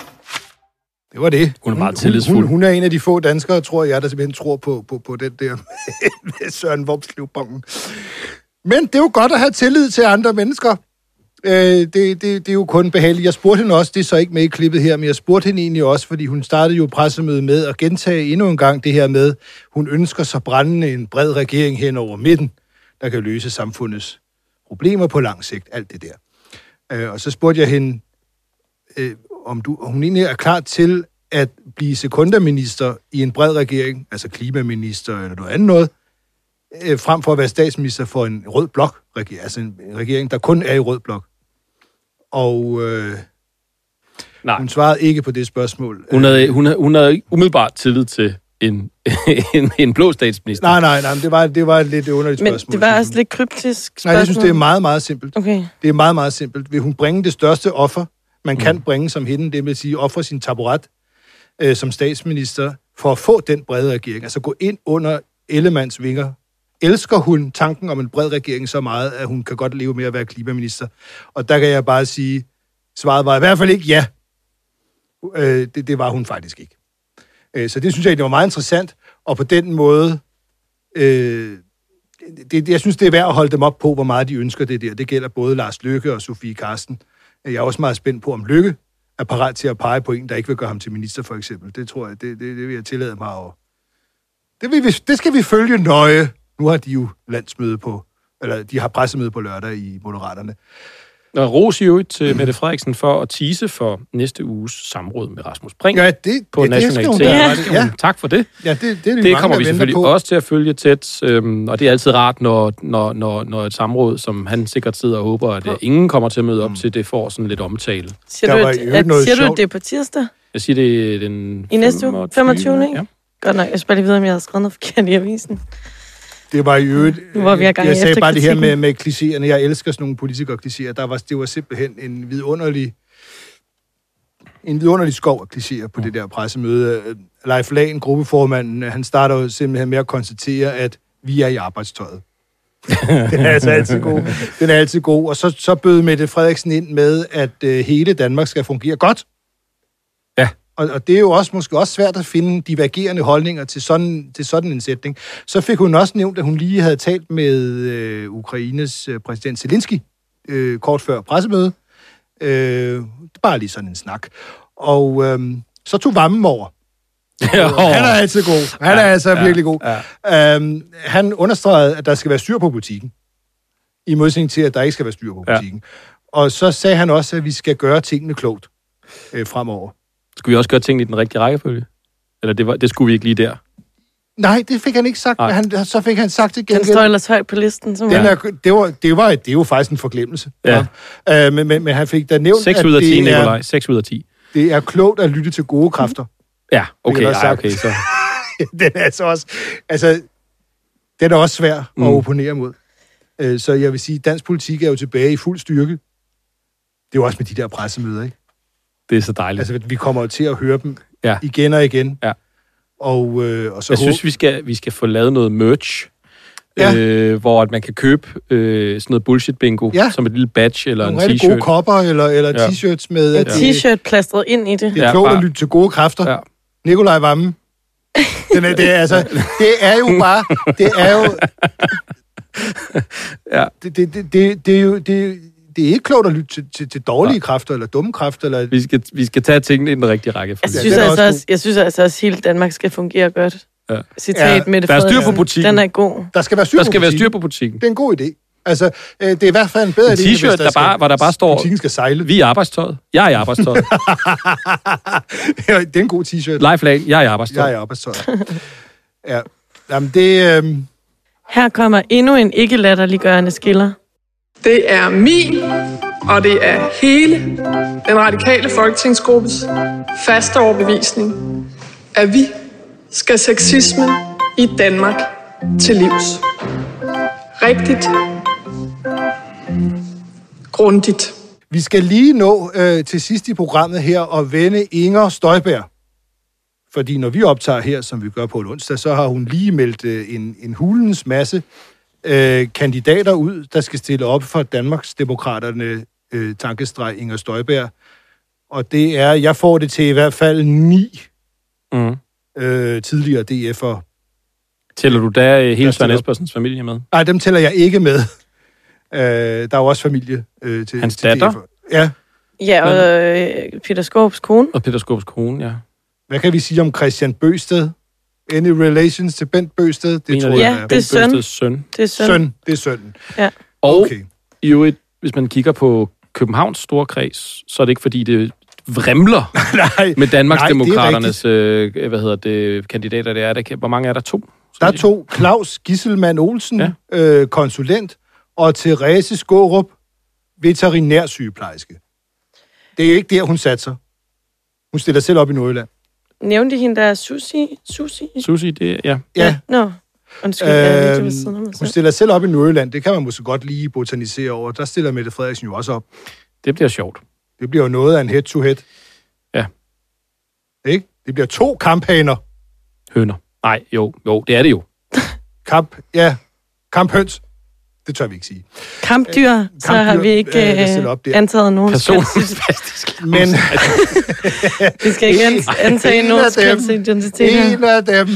Det var det. Hun er meget tillidsfuld. Hun er en af de få danskere, tror jeg, der simpelthen tror på den der med Søren Wormslev-bongen. Men det er jo godt at have tillid til andre mennesker. Det er jo kun behageligt. Jeg spurgte hende også, det er så ikke med i klippet her, men jeg spurgte hende egentlig også, fordi hun startede jo pressemødet med at gentage endnu en gang det her med, hun ønsker sig brændende en bred regering hen over midten, der kan løse samfundets problemer på lang sigt, alt det der. Og så spurgte jeg hende, om hun egentlig er klar til at blive sekunderminister i en bred regering, altså klimaminister eller noget andet noget, frem for at være statsminister for en rød blok, altså en regering, der kun er i rød blok. Og hun svarede ikke på det spørgsmål. Hun havde umiddelbart tillid til en blå statsminister. Nej, det var et lidt underligt spørgsmål. Men det var også lidt kryptisk spørgsmål. Nej, jeg synes, det er meget, meget simpelt. Okay. Det er meget, meget simpelt. Vil hun bringe det største offer, man kan bringe som hende, det vil sige ofre sin taburet som statsminister, for at få den brede regering, altså gå ind under Ellemanns vinger. Elsker hun tanken om en bred regering så meget, at hun kan godt leve med at være klimaminister? Og der kan jeg bare sige, svaret var i hvert fald ikke ja. Det var hun faktisk ikke. Så det synes jeg, det var meget interessant, og på den måde, jeg synes, det er værd at holde dem op på, hvor meget de ønsker det der. Det gælder både Lars Løkke og Sofie Carsten. Jeg er også meget spændt på, om Løkke er parat til at pege på en, der ikke vil gøre ham til minister, for eksempel. Det tror jeg, det vil jeg tillade mig over. Det skal vi følge nøje. Nu har de jo landsmøde de har pressemøde på lørdag i Moderaterne. Og ros i øvrigt til Mette Frederiksen for at tease for næste uges samråd med Rasmus Brink på National TV. Ja. Tak for det. Ja, det kommer vi selvfølgelig også til at følge tæt, og det er altid rart, når et samråd, som han sikkert sidder og håber, at ingen kommer til at møde op til, det får sådan lidt omtale. Siger du det på tirsdag? Jeg siger det den... I næste uge? 25. Ikke? Ja. Godt nok. Jeg skal bare lige vide, om jeg havde skrevet noget forkert i avisen. Det var i øvrigt... Jeg sagde bare det her med klichéerne. Jeg elsker sådan nogle politikere-klichéer. Det var simpelthen en vidunderlig skov af klichéer på det der pressemøde. Leif Lahn, gruppeformanden, han starter jo simpelthen med at konstatere, at vi er i arbejdstøjet. Den er altså altid god. Og så bød Mette Frederiksen ind med, at hele Danmark skal fungere godt. Ja. Og det er jo måske også svært at finde divergerende holdninger til sådan en sætning. Så fik hun også nævnt, at hun lige havde talt med Ukraines præsident Zelensky kort før pressemødet. Bare lige sådan en snak. Og så tog Vammen over. Han er altid god. Han er altså virkelig god. Ja. Han understregede, at der skal være styr på butikken. I modsætning til, at der ikke skal være styr på butikken. Ja. Og så sagde han også, at vi skal gøre tingene klogt fremover. Skulle vi også gøre tingene i den rigtige rækkefølge? Eller det skulle vi ikke lige der? Nej, det fik han ikke sagt, men så fik han sagt det igen. Den står ellers højt på listen. Det er jo faktisk en forglemmelse. Ja. Men han fik da nævnt, 6 ud af 10, Nikolaj. 6 ud af 10. Det er klogt at lytte til gode kræfter. Ja, okay, så. Den er altså også... Altså, den er også svær at opponere mod. Så jeg vil sige, at dansk politik er jo tilbage i fuld styrke. Det er jo også med de der pressemøder, ikke? Det er så dejligt. Altså, vi kommer jo til at høre dem igen og igen. Ja. Og så jeg synes, vi skal få lavet noget merch, hvor at man kan købe sådan noget bullshit-bingo, som et lille badge eller nogle en t-shirt. rigtig gode kopper eller t-shirts med... En t-shirt plastret ind i det. Det er klogt at lytte til gode kræfter. Ja. Nikolaj Vammen. Det er jo bare... Det er jo... Det er ikke klogt at lytte til dårlige kræfter, eller dumme kræfter. Eller... Vi skal tage tingene i den rigtige rækkefølge. Jeg synes altså også, at hele Danmark skal fungere godt. Ja. Citat med det. Der er styr på butikken. Den er god. Der skal være styr på butikken. Det er en god iddet er i hvert fald en bedre idé, t-shirt, hvor der bare står, butikken skal sejle. Vi er i arbejdstøjet. Jeg er i arbejdstøjet. Det er en god t-shirt. Leif Lahn, jeg er i arbejdstøjet. Jeg er i arbejdstøjet. Ja. Jamen, det... Her kommer endnu en ikke latterliggørende skiller. Det er min, og det er hele den radikale folketingsgruppes faste overbevisning, at vi skal sexismen i Danmark til livs. Rigtigt. Grundigt. Vi skal lige nå til sidst i programmet her og vende Inger Støjberg. Fordi når vi optager her, som vi gør på en onsdag, så har hun lige meldt en hulens masse kandidater ud, der skal stille op for Danmarksdemokraterne, tankestreg Inger Støjberg. Og det er, jeg får det til i hvert fald 9 tidligere DF'er. Tæller du da hele Søren Espersens familie med? Nej, dem tæller jeg ikke med. Der er jo også familie til hans datter? DF'er. Ja. Ja, og Peter Skaarups kone. Og Peter Skaarups kone, ja. Hvad kan vi sige om Christian Bøgsted? Any relations til Bent Bøgsted? Det tror jeg, det er søn. Det er sønnen. Ja. Og okay. I øvrigt, hvis man kigger på Københavns store kreds, så er det ikke fordi, det vrimler med Danmarksdemokraternes kandidater. Hvor mange er der? 2? Der er 2. Claus Gisselmann Olsen, konsulent, og Therese Skaarup, veterinærsygeplejerske. Det er ikke der, hun satser. Hun stiller selv op i Nordjylland. Nævnte hende der Susi, det er... Ja. Nå. Hun stiller selv op i Nordjylland. Det kan man måske godt lige botanisere over. Der stiller Mette Frederiksen jo også op. Det bliver sjovt. Det bliver jo noget af en head-to-head. Ja. Ikke? Det bliver 2 kamphaner. Høner. Nej, jo, det er det jo. Kamphøns. Det tør vi ikke sige. Kampdyr, så har vi ikke antaget nogen. Men vi skal ikke antage nogen kønsidentitet. En af dem,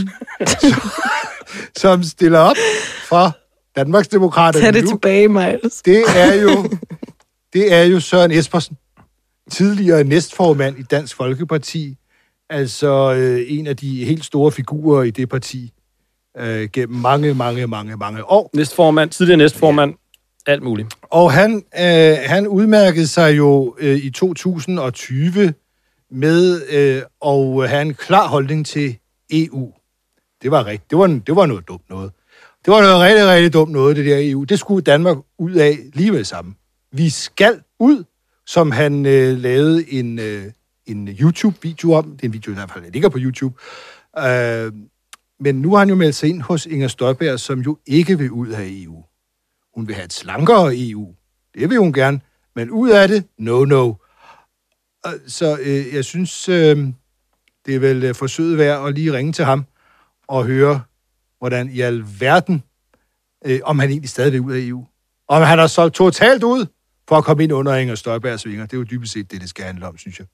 som stiller op for Danmarksdemokraterne nu. Tag det tilbage, Miles. Det er jo Søren Espersen, tidligere næstformand i Dansk Folkeparti, altså en af de helt store figurer i det parti gennem mange år. Tidligere næstformand. Alt muligt. Og han udmærkede sig jo i 2020 med at have en klar holdning til EU. Det var noget dumt noget. Det var noget rigtig, rigtig dumt noget, det der EU. Det skulle Danmark ud af lige med det samme. Vi skal ud, som han lavede en YouTube-video om. Det er en video, der i hvert fald ligger på YouTube. Men nu har han jo meldt sig ind hos Inger Støjberg, som jo ikke vil ud af EU. Hun vil have et slankere EU. Det vil hun gerne. Men ud af det, no. Så jeg synes, det er vel forsøget værd at lige ringe til ham og høre, hvordan i alverden, om han egentlig stadig vil ud af EU. Om han har solgt totalt ud for at komme ind under Inger Støjbergs vinger. Det er jo dybest set det skal handle om, synes jeg.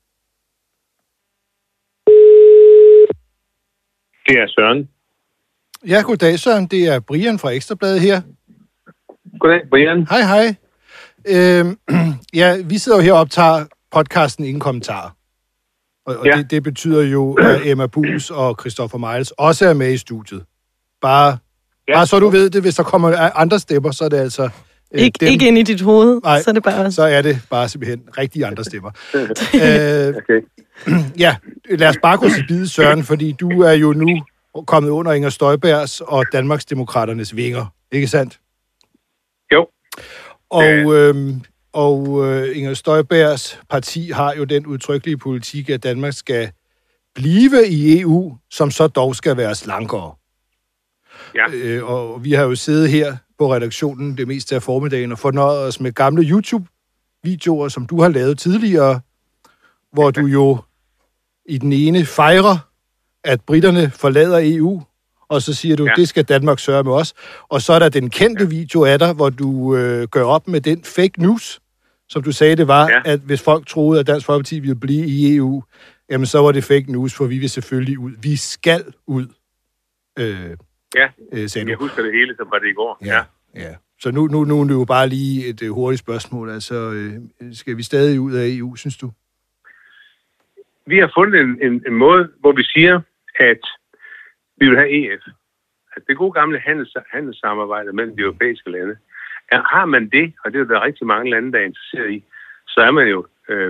Det er Søren. Ja, goddag Søren. Det er Brian fra Ekstrabladet her. Goddag, Brian. Hej. Ja, vi sidder jo her og optager podcasten Ingen Kommentarer. Og ja. det betyder jo, at Emma Buus og Christoffer Miles også er med i studiet. Bare så du ved det, hvis der kommer andre stemmer, så er det altså... Ikke ind i dit hoved, nej, så er det bare... så er det bare simpelthen rigtige andre stemmer. Okay. Ja, lad os bare gå til bide, Søren, fordi du er jo nu kommet under Inger Støjbergs og Danmarksdemokraternes vinger, ikke sandt? Jo. Og Inger Støjbergs parti har jo den udtrykkelige politik, at Danmark skal blive i EU, som så dog skal være slankere. Ja. Og vi har jo siddet her på redaktionen det meste af formiddagen og fornøjet os med gamle YouTube-videoer, som du har lavet tidligere, hvor du jo i den ene fejrer, at britterne forlader EU, og så siger du, det skal Danmark sørge med os. Og så er der den kendte video af dig, hvor du gør op med den fake news, som du sagde det var, at hvis folk troede, at Dansk Folkeparti ville blive i EU, jamen så var det fake news, for vi vil selvfølgelig ud. Vi skal ud. Jeg husker det hele, som var det i går. Ja. Så nu er det jo bare lige et hurtigt spørgsmål. Altså, skal vi stadig ud af EU, synes du? Vi har fundet en måde, hvor vi siger, at vi vil have EF. At det gode gamle handelssamarbejde mellem de europæiske lande. Har man det, og det er der rigtig mange lande, der er interesseret i, så er man jo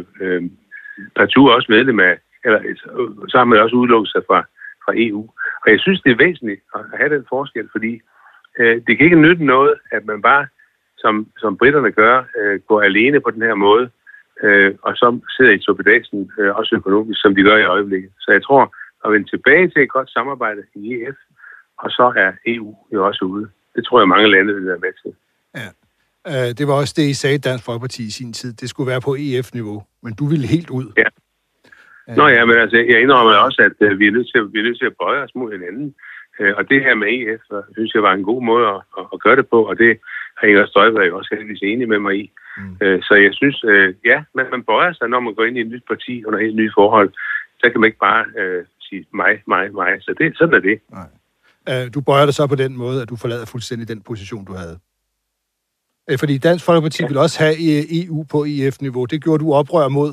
partout også medlem af, eller så har man også udelukket sig fra EU. Og jeg synes, det er væsentligt at have den forskel, fordi det kan ikke nytte noget, at man bare, som britterne gør, går alene på den her måde, og så sidder i suppedasen, også økonomisk, som de gør i øjeblikket. Så jeg tror, at vende tilbage til et godt samarbejde i EF, og så er EU jo også ude. Det tror jeg, mange lande vil være med til. Ja. Det var også det, I sagde Dansk Folkeparti i sin tid. Det skulle være på EF-niveau, men du ville helt ud. Ja. Nå ja, men altså, jeg indrømmer også, at vi er nødt til at bøje os mod hinanden. Og det her med EF, synes jeg var en god måde at gøre det på, og det har Inger Støjberg også heldigvis enig med mig i. Så jeg synes, man bøjer sig, når man går ind i et nyt parti under helt nye forhold. Så kan man ikke bare sige mig. Så sådan er det. Nej. Du bøjer dig så på den måde, at du forlader fuldstændig den position, du havde. Fordi Dansk Folkeparti ville også have EU på EF-niveau. Det gjorde du oprør mod,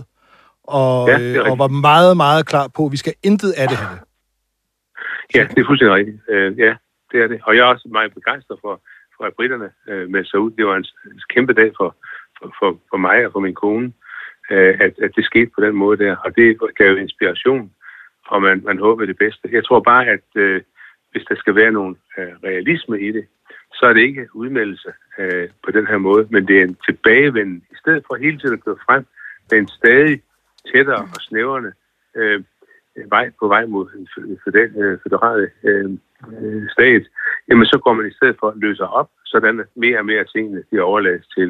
og var meget, meget klar på, at vi skal intet af det have det. Ja, det er fuldstændig rigtigt. Ja, det er det. Og jeg er også meget begejstret for at britterne meldte sig ud. Det var en kæmpe dag for mig og for min kone, at det skete på den måde der. Og det gav jo inspiration, og man håber det bedste. Jeg tror bare, at hvis der skal være nogen realisme i det, så er det ikke udmeldelse på den her måde, men det er en tilbagevenden. I stedet for hele tiden at gå frem med en stadig tættere og snævrende vej mod en føderal stat, jamen så går man i stedet for at løse op, sådan at mere og mere tingene de overlades til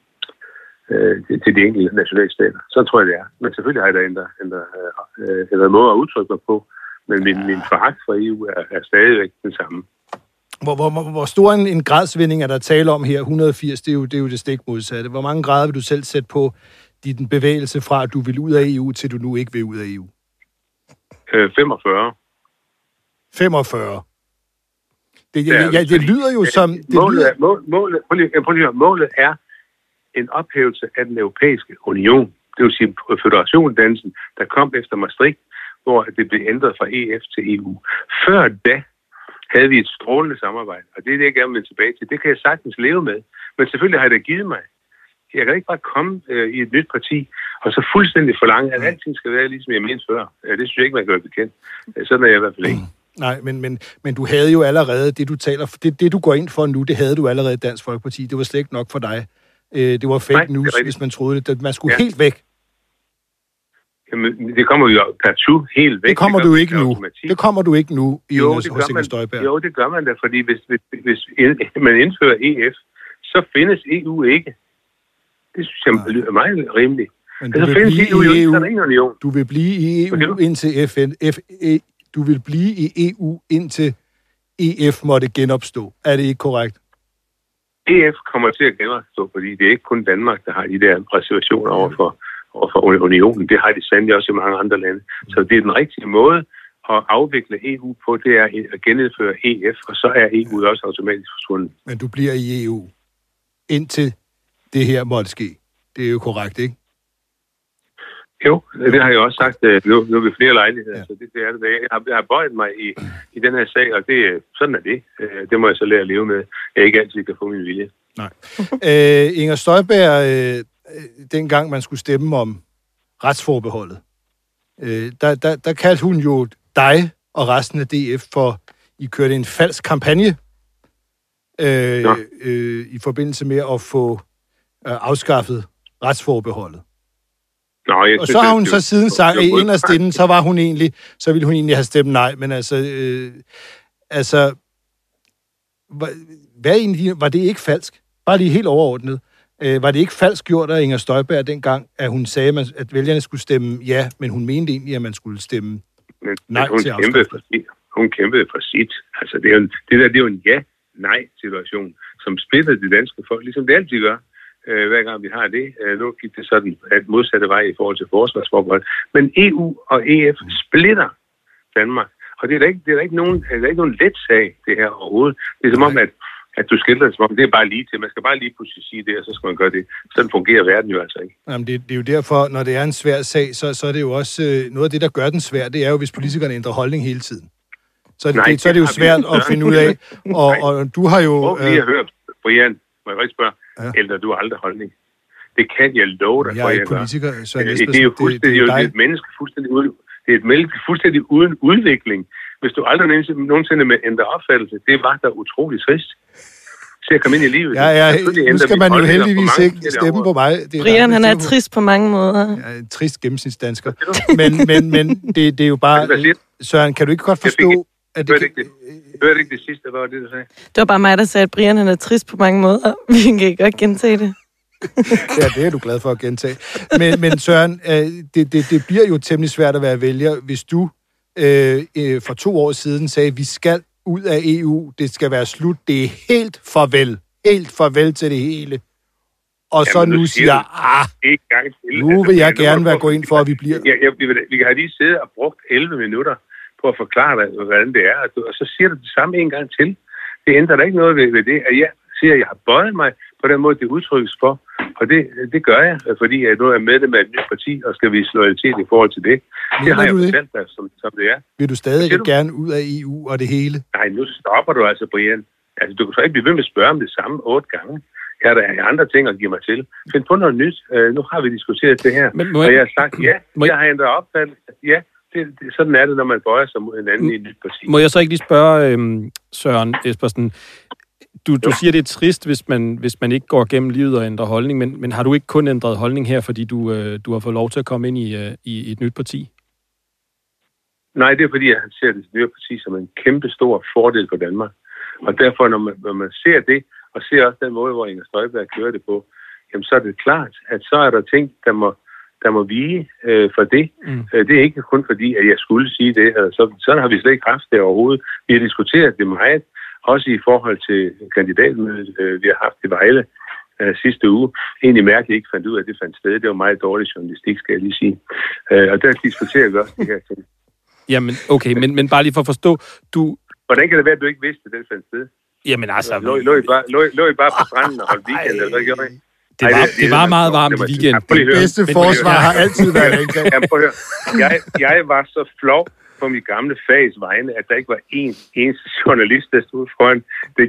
de enkelte nationalstater. Så tror jeg, det er. Men selvfølgelig har jeg da ændret måde at udtrykke mig på, men min foragt for EU er stadigvæk den samme. Hvor stor en gradsvinding er der tale om her? 180, det er jo det stik modsatte. Hvor mange grader vil du selv sætte på din bevægelse fra, at du vil ud af EU, til du nu ikke vil ud af EU? 45. 45? Det lyder jo som... Målet er en ophævelse af den europæiske union. Det vil sige føderationsdannelsen, der kom efter Maastricht, hvor det blev ændret fra EF til EU. Før da havde vi et strålende samarbejde, og det er det, jeg gerne vil tilbage til. Det kan jeg sagtens leve med, Men selvfølgelig har jeg da givet mig. Jeg kan ikke bare komme i et nyt parti, og så fuldstændig forlange, at alting skal være ligesom jeg mente før. Det synes jeg ikke, man gør bekendt. Sådan er jeg i hvert fald ikke. Nej, men du havde jo allerede det du går ind for nu, det havde du allerede i Dansk Folkeparti. Det var slet ikke nok for dig. Det var fake news, hvis man troede det. Man skulle helt væk. Jamen, det kommer jo partout helt væk. Det kommer du ikke nu. Det kommer du ikke nu hos Inger Støjberg. Jo, det gør man da, fordi hvis man indfører EF, så findes EU ikke. Det synes jeg er meget rimeligt. Men du vil blive i EU indtil FN. Du vil blive i EU indtil EF måtte genopstå. Er det ikke korrekt? EF kommer til at genopstå, fordi det er ikke kun Danmark, der har de der reservationer overfor unionen. Det har de sandelig også i mange andre lande. Så det er den rigtige måde at afvikle EU på, det er at genindføre EF, og så er EU også automatisk forsvundet. Men du bliver i EU indtil det her måtte ske. Det er jo korrekt, ikke? Jo, det har jeg også sagt nu ved flere lejligheder, ja. Så det er det. Jeg har bøjet mig i den her sag, og sådan er det. Det må jeg så lære at leve med. Jeg ikke altid kan få min vilje. Nej. Inger Støjberg, dengang man skulle stemme om retsforbeholdet, der kaldte hun jo dig og resten af DF for, I kørte en falsk kampagne i forbindelse med at få afskaffet retsforbeholdet. Og så har hun så siden sagt, at inderst inden, så ville hun egentlig have stemt nej, men hvad egentlig, var det ikke falsk? Bare lige helt overordnet. Var det ikke falsk gjort af Inger Støjberg dengang, at hun sagde, at vælgerne skulle stemme ja, men hun mente egentlig, at man skulle stemme nej til afskaffelse? Hun kæmpede for sit. Altså, det er jo en ja-nej-situation, som splitter det danske folk, ligesom det altid gør. Hver gang vi har det. Nu gik det sådan at modsatte vej i forhold til forsvarsforbehold. Men EU og EF splitter Danmark. Og det er ikke nogen let sag, det her overhovedet. Det er som om, at du skildrer det som om, det er bare lige til. Man skal bare lige pludselig sige det, og så skal man gøre det. Sådan fungerer verden jo altså ikke. Jamen, det er jo derfor, når det er en svær sag, så er det jo også noget af det, der gør den svær. Det er jo, hvis politikerne ændrer holdning hele tiden. Så er det jo svært at finde ud af. Og du har jo... Vi har hørt, Brian, må jeg ikke spørge, ældre du aldrig holdning. Det kan jeg love dig, jeg er ikke politiker, så det er jo fuldstændig, det er et menneske fuldstændig uden, det er et menneske fuldstændig uden udvikling. Hvis du aldrig nogensinde med ændre opfattelse, det var da utroligt trist. Se at komme ind i livet. Nu skal man jo heldigvis ikke stemme på mig. Brian, han er trist på mange måder. Ja, en trist gennemsnitsdansker. men det er jo bare... Søren, kan du ikke godt forstå... Hørte ikke det sidste, hvad var det, du sagde? Det var bare mig, der sagde, at Brian han er trist på mange måder. Vi kan godt gentage det. Ja, det er du glad for at gentage. Men Søren, det bliver jo temmelig svært at være vælger, hvis du for 2 år siden sagde, at vi skal ud af EU, det skal være slut, det er helt farvel til det hele. Og så nu siger nu vil jeg gerne være gå ind for, at vi bliver... Vi kan have lige siddet og brugt 11 minutter på at forklare dig, hvordan det er, og så siger du det samme en gang til. Det ændrer da ikke noget ved det, at jeg siger, at jeg har bøjet mig på den måde, det udtrykkes for, og det gør jeg, fordi jeg nu er medlem af et nyt parti, og skal vise loyalitet i forhold til det. Det har jeg fortalt dig, som det er. Vil du stadig gerne ud af EU og det hele? Nej, nu stopper du altså, Brian. Altså, du kan så ikke blive ved med at spørge om det samme 8 gange. Jeg har der andre ting at give mig til. Find på noget nyt. Nu har vi diskuteret det her, og jeg har sagt, jeg har ændret opfattelse. Ja, sådan er det, når man bøjer sig mod hinanden i et nyt parti. Må jeg så ikke lige spørge, Søren Espersen, du siger, det er trist, hvis man ikke går gennem livet og ændrer holdning, men har du ikke kun ændret holdning her, fordi du har fået lov til at komme ind i et nyt parti? Nej, det er fordi, jeg ser det nye parti som en kæmpe stor fordel for Danmark. Og derfor, når man ser det, og ser også den måde, hvor Inger Støjberg kører det på, jamen så er det klart, at så er der ting, der må vige for det. Det er ikke kun fordi, at jeg skulle sige det. Altså, sådan har vi slet ikke haft det overhovedet. Vi har diskuteret det meget, også i forhold til kandidatmødet, vi har haft i Vejle sidste uge. Egentlig mærkeligt ikke fandt ud af, at det fandt sted. Det var meget dårlig journalistik, skal jeg lige sige. Og der diskuterer vi også de her ting. Jamen, okay, men bare lige for at forstå, Hvordan kan det være, at du ikke vidste, at det fandt sted? Jamen altså... Lå I bare på stranden og holdt weekend, eller hvad gjorde I? Det var meget varmt i weekenden. Det bedste forsvar har altid været angreb. Jeg var så flov på mit gamle fags vegne, at der ikke var en eneste journalist, der stod foran. Det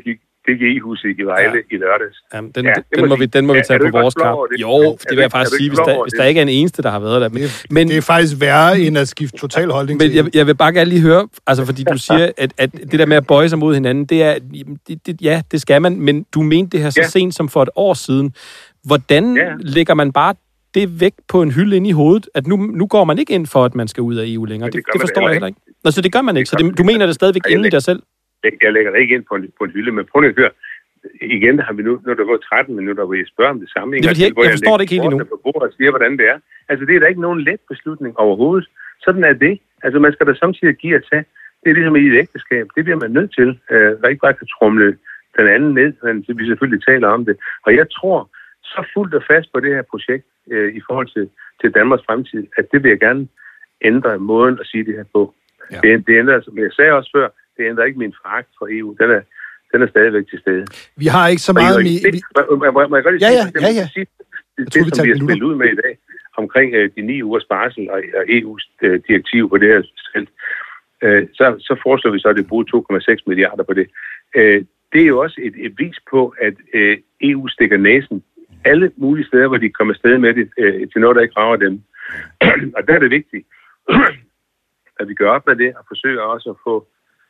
DGI-huset i Vejle i lørdags. Jamen, den må vi tage på vores kamp. Jo, det vil jeg faktisk sige, hvis der ikke er en eneste, der har været der. Men det er faktisk værre, end at skifte total holdning til. Men jeg vil bare gerne lige høre, altså fordi du siger, at det der med at bøje sig mod hinanden, det er, ja, det skal man, men du mente det her så sent som for et år siden. Hvordan lægger man bare det væk på en hylde inde i hovedet, at nu går man ikke ind for, at man skal ud af EU længere? Det forstår jeg heller ikke. Nå, så det gør man ikke. Så du mener det stadigvæk inde i dig selv? Jeg lægger det ikke ind på en hylde, men prøv at høre. Igen har vi nu, når der går 13 minutter, hvor I spørger om det samme. Jeg forstår det ikke helt endnu. På bordet og siger, hvordan det er. Altså, det er da ikke nogen let beslutning overhovedet. Sådan er det. Altså, man skal da samtidig give og tage. Det er ligesom i et ægteskab. Det bliver man nødt til. Der ikke bare kan tromle den anden ned, men vi selvfølgelig taler om det. Og jeg tror så fuldt og fast på det her projekt i forhold til Danmarks fremtid, at det vil jeg gerne ændre måden at sige det her på. Ja. Det ændrer, som jeg sagde også før, det ændrer ikke min foragt for EU. Den er stadigvæk til stede. Vi har ikke så meget... Må jeg godt lige sige, det som vi har spillet ud med i dag, omkring de 9 ugers barsel og EU's direktiv på det her felt, så foreslår vi så, at det bruger 2,6 milliarder på det. Det er jo også et vis på, at EU stikker næsen alle mulige steder, hvor de kommer afsted med det, til noget, der ikke rager dem. Og der er det vigtigt, at vi gør op med det, og forsøger også at få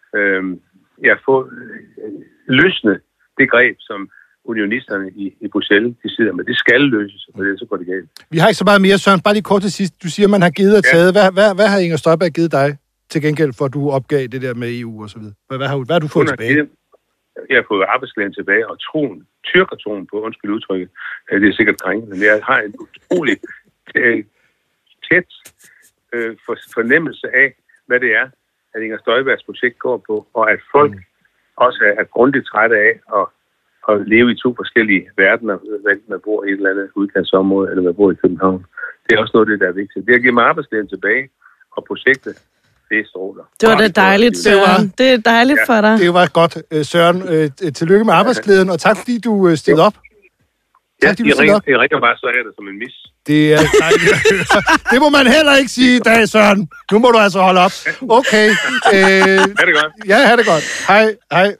løsne det greb, som unionisterne i Bruxelles, de sidder med. Det skal løses, og det så går det galt. Vi har ikke så meget mere, Søren. Bare lige kort til sidst. Du siger, man har givet og taget. Hvad har Inger Støjberg givet dig til gengæld, for at du opgav det der med EU og så videre? Hvad har du fået tilbage? Jeg har fået arbejdsglæden tilbage, og tyrkertroen på, undskyld udtrykket, det er sikkert krænkende, men jeg har en utrolig tæt fornemmelse af, hvad det er, at Inger Støjbergs projekt går på, og at folk også er grundigt trætte af at leve i 2 forskellige verdener, hvad man bor i et eller andet udkantsområde, eller man bor i København. Det er også noget af det, der er vigtigt. Det har givet mig arbejdsglæden tilbage, og projektet, det stråler. Det var da dejligt, Søren. Det er dejligt for dig. Det var godt, Søren. Tillykke med arbejdsglæden, og tak fordi du stillede op. Tak, jeg ringer bare, så er det som en mis. Det er dejligt. Det må man heller ikke sige i dag, Søren. Nu må du altså holde op. Okay. Ha' det godt. Ja, ha' det godt. Hej. Hej.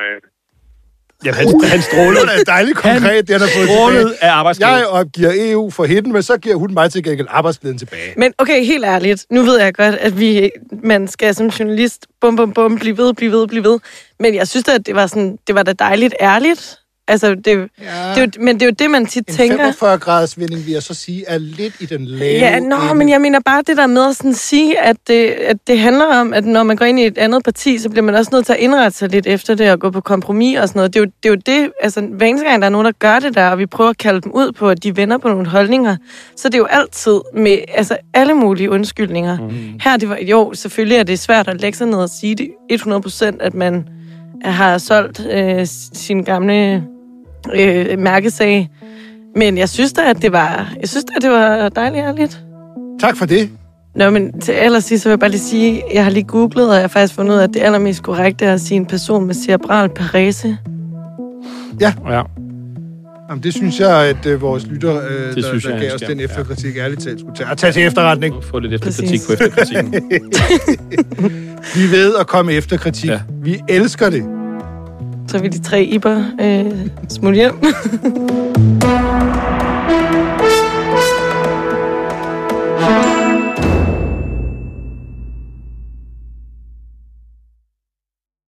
Jamen, han strålede. Det er dejligt konkret, det han har fået tilbage. Af arbejdsglæden. Jeg opgiver EU for hende, men så giver hun mig til gengæld arbejdsglæden tilbage. Men okay, helt ærligt. Nu ved jeg godt, at man skal som journalist blive ved. Men jeg synes at det var da dejligt ærligt. Altså, men det er jo det, man tit tænker. En 45-graders vending, vil jeg så sige, er lidt i den lave. Ja, men jeg mener bare det der med at sådan sige, at det handler om, at når man går ind i et andet parti, så bliver man også nødt til at indrette sig lidt efter det og gå på kompromis og sådan noget. Det er jo det, altså hver eneste gang, der er nogen, der gør det der, og vi prøver at kalde dem ud på, at de vender på nogle holdninger, så det er jo altid med alle mulige undskyldninger. Her, selvfølgelig er det svært at lægge sig ned og sige det 100%, at man har solgt sin gamle mærkesag. Men jeg synes da, at det var dejligt ærligt. Tak for det. Nå, men til allersidst, så vil jeg bare lige sige, jeg har lige googlet, og jeg har faktisk fundet ud af, at det allermest korrekte er at sige en person med cerebral parese. Ja. Jamen, det synes jeg, at vores lytter, der gav os den efterkritik, ærligt talt skulle tage til efterretning. Få lidt efterkritik på efterkritikken. Vi ved at komme efter kritik. Ja. Vi elsker det. Så vil de 3 Iber smutte hjem.